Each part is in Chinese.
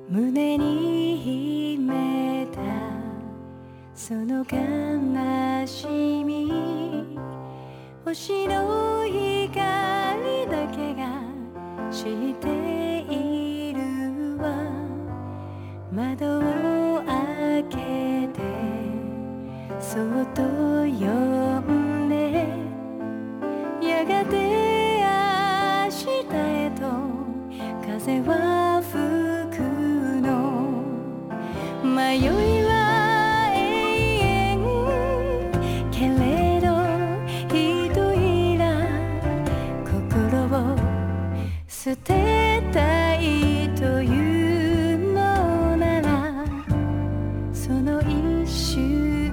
胸に秘めたその悲しみ星の光だけが知っているわ窓を開けてそっと呼んでやがて明日へと風は吹くの迷いは永遠けれど一人ら心を捨てたいというのならその一瞬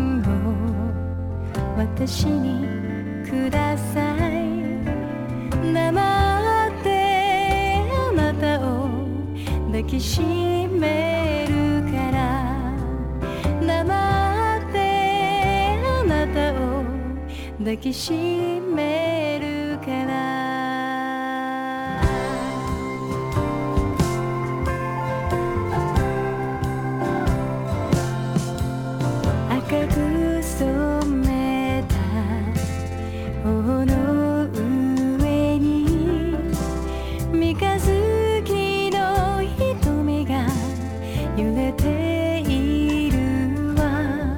を私にください黙ってあなたを抱きしめるから黙ってあなたを抱きしめるから赤く染めた頬の上に三日月の瞳が揺れているわ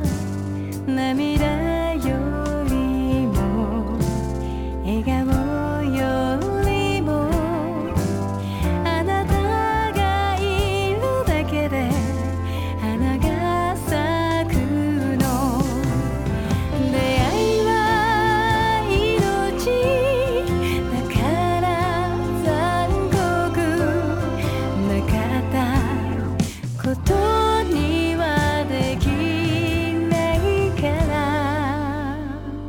涙よりも笑顔よりもあなたがいるだけで花が咲くの出会いは命だから残酷なかったことにはできないから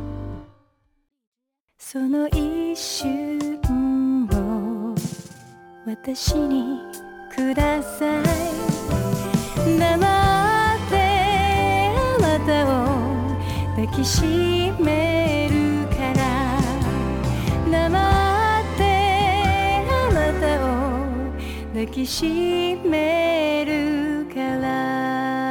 その一瞬を私にください黙ってあなたを抱きしめるから黙ってあなたを抱きしめるから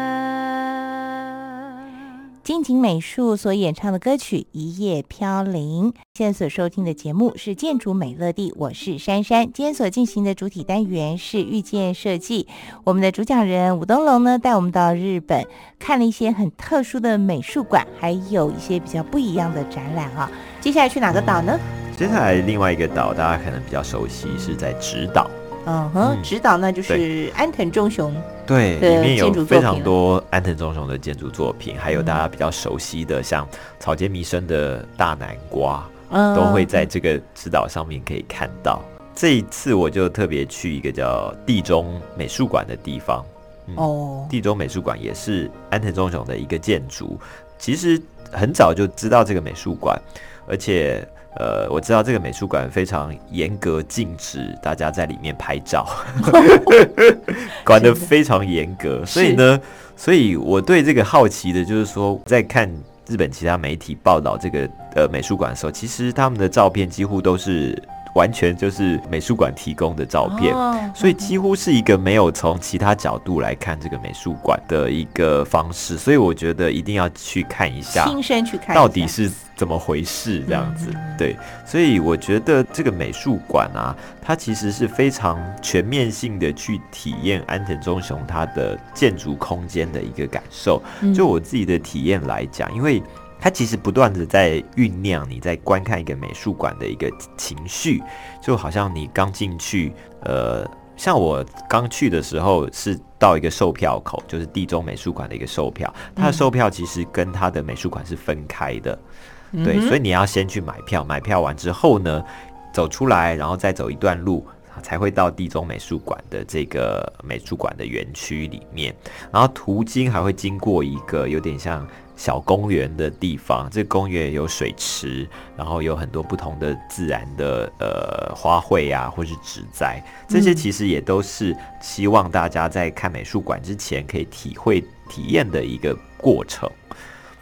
近景美术所演唱的歌曲《一叶飘零》，现在所收听的节目是建筑美乐地，我是珊珊。今天所进行的主体单元是遇见设计，我们的主讲人吴东龙呢，带我们到日本看了一些很特殊的美术馆，还有一些比较不一样的展览啊。接下来去哪个岛呢？ 接下来另外一个岛大家可能比较熟悉，是在直岛。 直岛呢就是安藤忠雄对， 的里面有建筑作品非常多安藤忠雄的建筑作品，还有大家比较熟悉的像草间弥生的大南瓜，都会在这个直岛上面可以看到。这一次我就特别去一个叫地中美术馆的地方。地中美术馆也是安藤忠雄的一个建筑，其实很早就知道这个美术馆，而且我知道这个美术馆非常严格禁止大家在里面拍照，管得非常严格，所以我对这个好奇的就是说，在看日本其他媒体报道这个美术馆的时候，其实他们的照片几乎都是完全就是美术馆提供的照片，所以几乎是一个没有从其他角度来看这个美术馆的一个方式，所以我觉得一定要去看一下， 亲身去看一下到底是怎么回事这样子。对，所以我觉得这个美术馆啊，它其实是非常全面性的去体验安藤忠雄他的建筑空间的一个感受。就我自己的体验来讲，因为它其实不断的在酝酿你在观看一个美术馆的一个情绪，就好像你刚进去，像我刚去的时候是到一个售票口，就是地中美术馆的一个售票，它的售票其实跟它的美术馆是分开的，对，所以你要先去买票，买票完之后呢，走出来，然后再走一段路，才会到地中美术馆的这个美术馆的园区里面，然后途经还会经过一个有点像小公园的地方，这个公园有水池，然后有很多不同的自然的花卉啊，或是植栽，这些其实也都是希望大家在看美术馆之前可以体验的一个过程。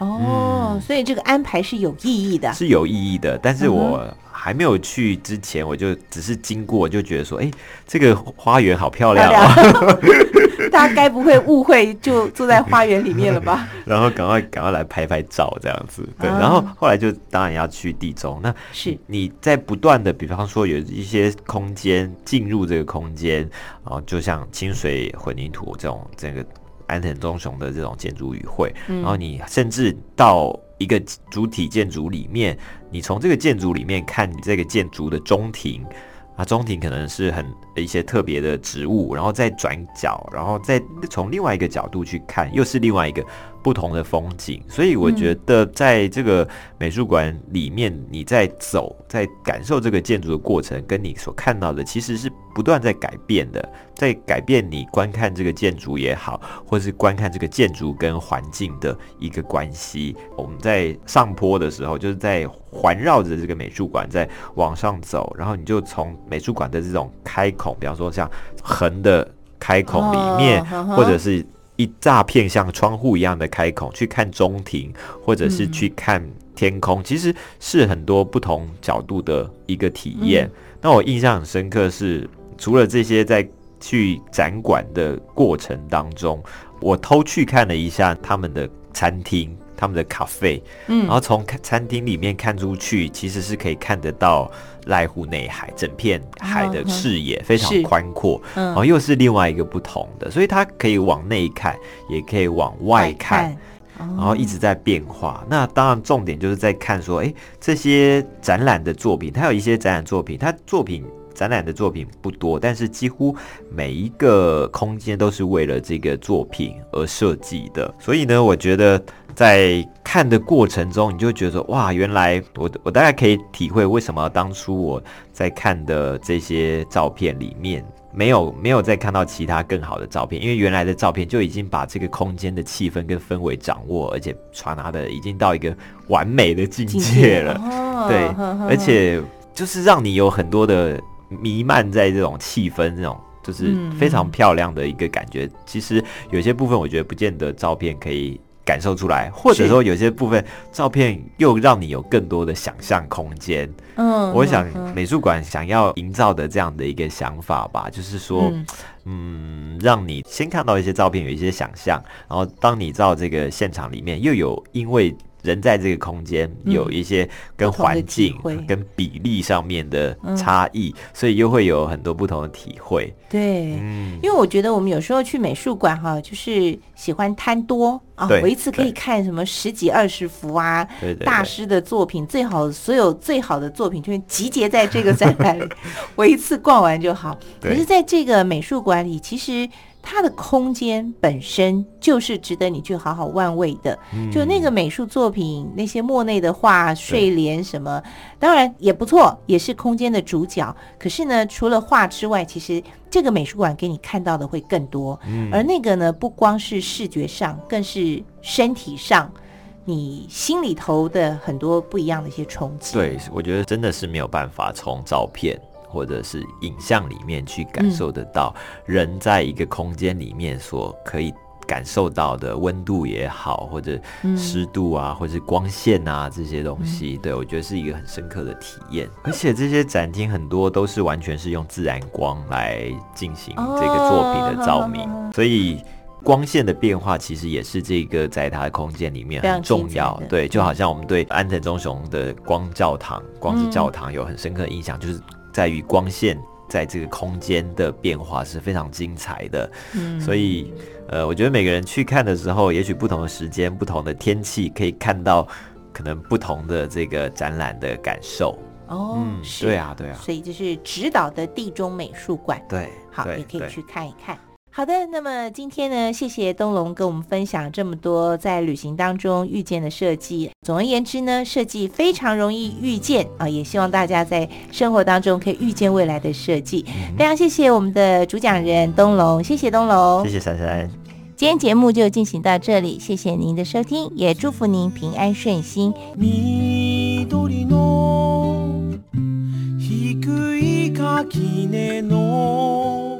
所以这个安排是有意义的， 是有意义的。但是我还没有去之前，我就只是经过，就觉得说，这个花园好漂亮哦。 大家该不会误会就坐在花园里面了吧？ 然后赶快来拍拍照这样子，对。然后后来就当然要去地中，那是你在不断的，比方说有一些空间进入这个空间，就像清水混凝土这个安藤忠雄的这种建筑语汇，然后你甚至到一个主体建筑里面，你从这个建筑里面看这个建筑的中庭。中庭可能是一些特别的植物，然后再转角，然后再从另外一个角度去看，又是另外一个不同的风景。所以我觉得在这个美术馆里面，你在走，在感受这个建筑的过程，跟你所看到的其实是不断在改变的，在改变你观看这个建筑也好，或是观看这个建筑跟环境的一个关系。我们在上坡的时候，就是在环绕着这个美术馆在往上走，然后你就从美术馆的这种开孔，比方说像横的开孔里面，或者是一大片像窗户一样的开孔去看中庭，或者是去看天空，其实是很多不同角度的一个体验。那我印象很深刻是，除了这些在去展馆的过程当中，我偷去看了一下他们的餐厅，他们的咖啡，然后从餐厅里面看出去，其实是可以看得到濑户内海，整片海的视野非常宽阔，然后又是另外一个不同的，所以它可以往内看，也可以往外看，然后一直在变化。那当然重点就是在看说，这些展览的作品，它有一些展览作品，它展览的作品不多，但是几乎每一个空间都是为了这个作品而设计的。所以呢，我觉得在看的过程中，你就觉得说，哇，原来我大概可以体会为什么当初我在看的这些照片里面没有再看到其他更好的照片，因为原来的照片就已经把这个空间的气氛跟氛围掌握，而且传达的已经到一个完美的境界了。对，而且就是让你有很多的弥漫在这种气氛，这种就是非常漂亮的一个感觉。其实有些部分我觉得不见得照片可以感受出来，或者说有些部分照片又让你有更多的想象空间。我想美术馆想要营造的这样的一个想法吧，就是说让你先看到一些照片有一些想象，然后当你到这个现场里面又有因为人在这个空间有一些跟环境跟比例上面的差异，所以又会有很多不同的体会。 对，因为我觉得我们有时候去美术馆就是喜欢贪多啊，我一次可以看什么10几20幅啊，对，大师的作品，所有最好的作品就集结在这个展览里，我一次逛完就好。可是在这个美术馆里，其实它的空间本身就是值得你去好好玩味的，就那个美术作品，那些莫内的画、睡莲什么，当然也不错，也是空间的主角。可是呢，除了画之外，其实这个美术馆给你看到的会更多，而那个呢，不光是视觉上，更是身体上，你心里头的很多不一样的一些冲击。 对，我觉得真的是没有办法从照片或者是影像里面去感受得到人在一个空间里面所可以感受到的温度也好，或者湿度啊，或者是光线啊这些东西，对，我觉得是一个很深刻的体验。而且这些展厅很多都是完全是用自然光来进行这个作品的照明，所以光线的变化其实也是这个在它的空间里面很重要。对，就好像我们对安藤忠雄的光之教堂有很深刻的印象，就是在于光线在这个空间的变化是非常精彩的。所以我觉得每个人去看的时候，也许不同的时间、不同的天气，可以看到可能不同的这个展览的感受。对啊， 所以这是直岛的地中美术馆， 对， 好，也可以去看一看。好的，那么今天呢，谢谢东龙跟我们分享这么多在旅行当中遇见的设计。总而言之呢，设计非常容易遇见啊，也希望大家在生活当中可以遇见未来的设计。非常谢谢我们的主讲人东龙，谢谢东龍， 谢谢珊珊。 今天节目就进行到这里，谢谢您的收听，也祝福您平安顺心。緑の低い垣根の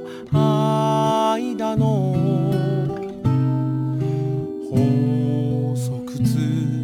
間の細く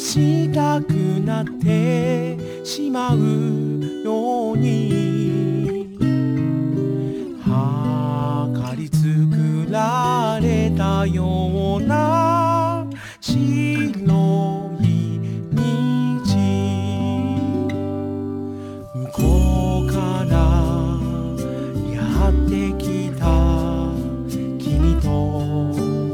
したくなってしまうように計り作られたような白い道向こうからやってきた君と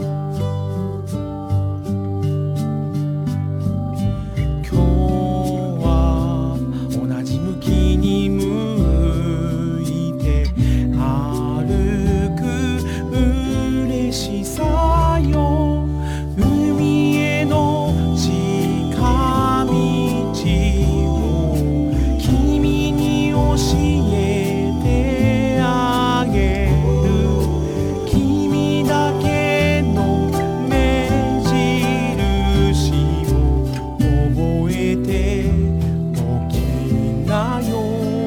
今日は同じ向きに向いて歩く嬉しさよ海への近道を君に教えてあげる君だけの目印を覚えておきなよ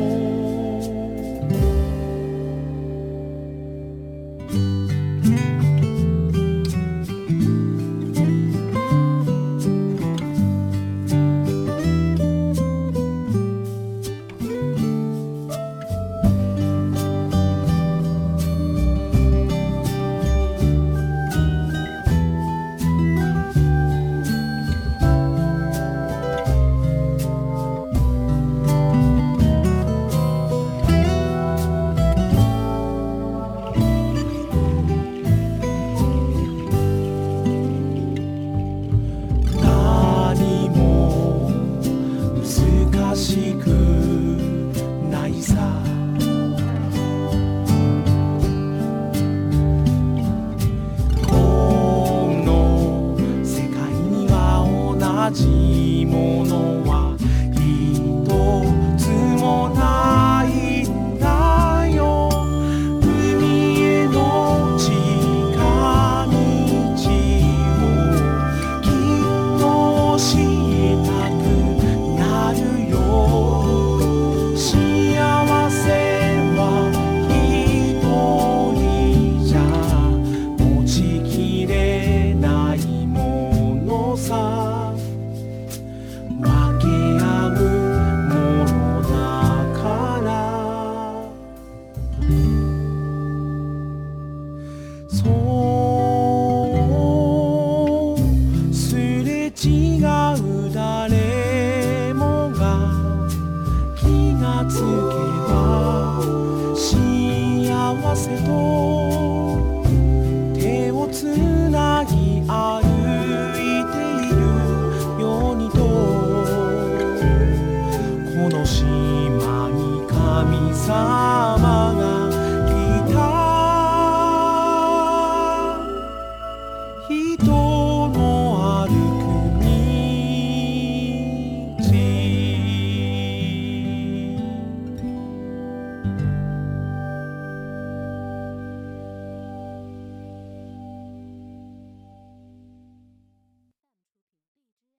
何も難しくないさこの世界には同じものは一つもないんだよ海への近道をきっと教えたくなるよ幸せは一人じゃ持ちきれないものさ分け合うものだからそうすれ違う誰もが気がつけば幸せと手をつなぎ歩いているようにとこの島に神様